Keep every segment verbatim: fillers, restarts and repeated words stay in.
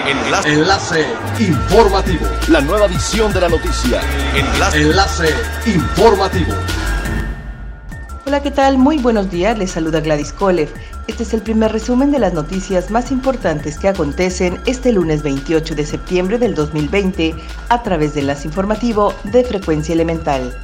Enlace. Enlace informativo. La nueva edición de la noticia. Enlace. Enlace informativo. Hola, ¿qué tal? Muy buenos días, les saluda Gladys Kolev. Este es el primer resumen de las noticias más importantes que acontecen este lunes veintiocho de septiembre del dos mil veinte a través de Enlace Informativo de Frecuencia Elemental.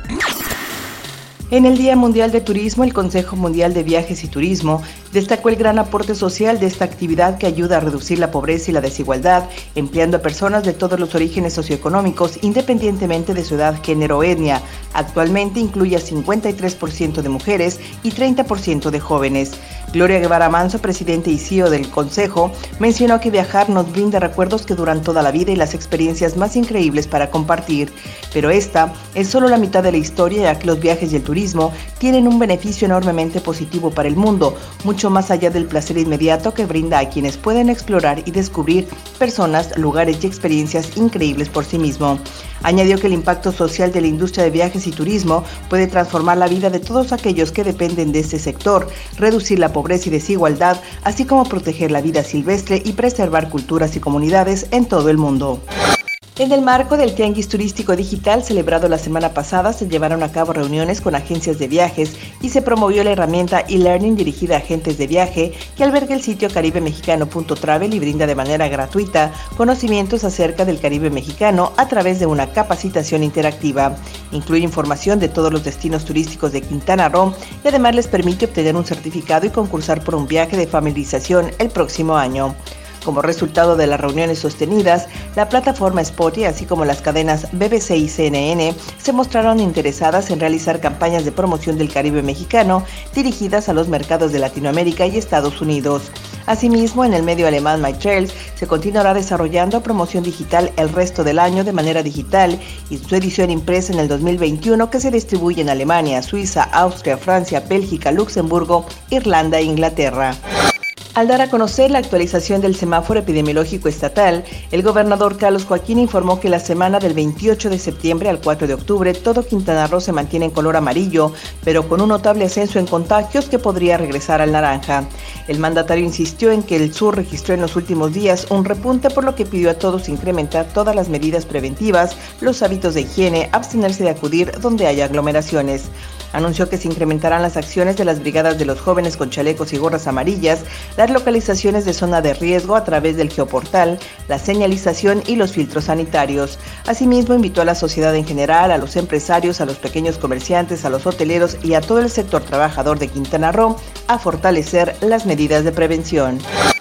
En el Día Mundial de Turismo, el Consejo Mundial de Viajes y Turismo destacó el gran aporte social de esta actividad que ayuda a reducir la pobreza y la desigualdad, empleando a personas de todos los orígenes socioeconómicos, independientemente de su edad, género o etnia. Actualmente incluye a cincuenta y tres por ciento de mujeres y treinta por ciento de jóvenes. Gloria Guevara Manso, presidente y C E O del Consejo, mencionó que viajar nos brinda recuerdos que duran toda la vida y las experiencias más increíbles para compartir. Pero esta es solo la mitad de la historia, ya que los viajes y el turismo tienen un beneficio enormemente positivo para el mundo, mucho más allá del placer inmediato que brinda a quienes pueden explorar y descubrir personas, lugares y experiencias increíbles por sí mismo. Añadió que el impacto social de la industria de viajes y turismo puede transformar la vida de todos aquellos que dependen de este sector, reducir la pobreza y desigualdad, así como proteger la vida silvestre y preservar culturas y comunidades en todo el mundo. En el marco del Tianguis Turístico Digital celebrado la semana pasada, se llevaron a cabo reuniones con agencias de viajes y se promovió la herramienta e-learning dirigida a agentes de viaje que alberga el sitio caribe mexicano punto travel y brinda de manera gratuita conocimientos acerca del Caribe mexicano a través de una capacitación interactiva. Incluye información de todos los destinos turísticos de Quintana Roo y además les permite obtener un certificado y concursar por un viaje de familiarización el próximo año. Como resultado de las reuniones sostenidas, la plataforma Spotify, así como las cadenas B B C y C N N, se mostraron interesadas en realizar campañas de promoción del Caribe mexicano dirigidas a los mercados de Latinoamérica y Estados Unidos. Asimismo, en el medio alemán MyTrails se continuará desarrollando promoción digital el resto del año de manera digital y su edición impresa en el dos mil veintiuno, que se distribuye en Alemania, Suiza, Austria, Francia, Bélgica, Luxemburgo, Irlanda e Inglaterra. Al dar a conocer la actualización del semáforo epidemiológico estatal, el gobernador Carlos Joaquín informó que la semana del veintiocho de septiembre al cuatro de octubre todo Quintana Roo se mantiene en color amarillo, pero con un notable ascenso en contagios que podría regresar al naranja. El mandatario insistió en que el sur registró en los últimos días un repunte, por lo que pidió a todos incrementar todas las medidas preventivas, los hábitos de higiene, abstenerse de acudir donde haya aglomeraciones. Anunció que se incrementarán las acciones de las brigadas de los jóvenes con chalecos y gorras amarillas, las localizaciones de zona de riesgo a través del geoportal, la señalización y los filtros sanitarios. Asimismo, invitó a la sociedad en general, a los empresarios, a los pequeños comerciantes, a los hoteleros y a todo el sector trabajador de Quintana Roo a fortalecer las medidas de prevención.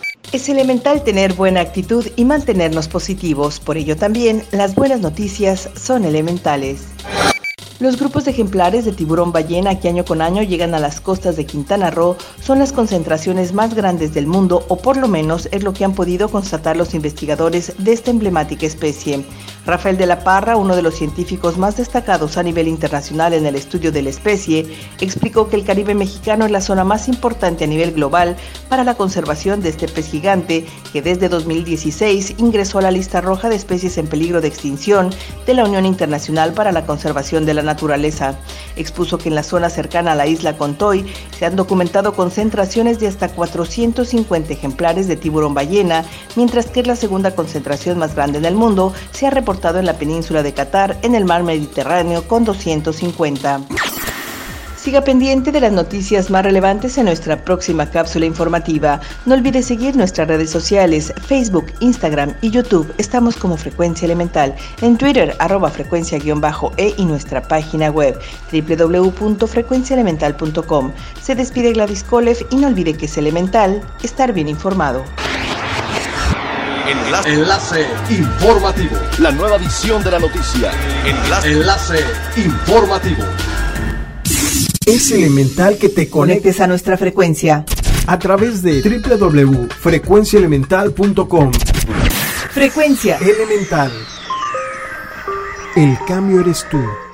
Es elemental tener buena actitud y mantenernos positivos, por ello también las buenas noticias son elementales. Los grupos de ejemplares de tiburón ballena que año con año llegan a las costas de Quintana Roo son las concentraciones más grandes del mundo, o por lo menos es lo que han podido constatar los investigadores de esta emblemática especie. Rafael de la Parra, uno de los científicos más destacados a nivel internacional en el estudio de la especie, explicó que el Caribe mexicano es la zona más importante a nivel global para la conservación de este pez gigante, que desde dos mil dieciséis ingresó a la lista roja de especies en peligro de extinción de la Unión Internacional para la Conservación de la Naturaleza. Expuso que en la zona cercana a la isla Contoy se han documentado concentraciones de hasta cuatrocientos cincuenta ejemplares de tiburón ballena, mientras que es la segunda concentración más grande del mundo, se ha reportado en la península de Qatar, en el mar Mediterráneo, con doscientos cincuenta. Siga pendiente de las noticias más relevantes en nuestra próxima cápsula informativa. No olvide seguir nuestras redes sociales, Facebook, Instagram y YouTube. Estamos como Frecuencia Elemental. En Twitter, arroba frecuencia-e y nuestra página web, doble u doble u doble u punto frecuencia elemental punto com. Se despide Gladys Kolev y no olvide que es elemental estar bien informado. Enlace. Enlace informativo. La nueva edición de la noticia. Enlace. Enlace informativo. Es elemental que te conectes a nuestra frecuencia a través de doble u doble u doble u punto frecuencia elemental punto com. Frecuencia Elemental. El cambio eres tú.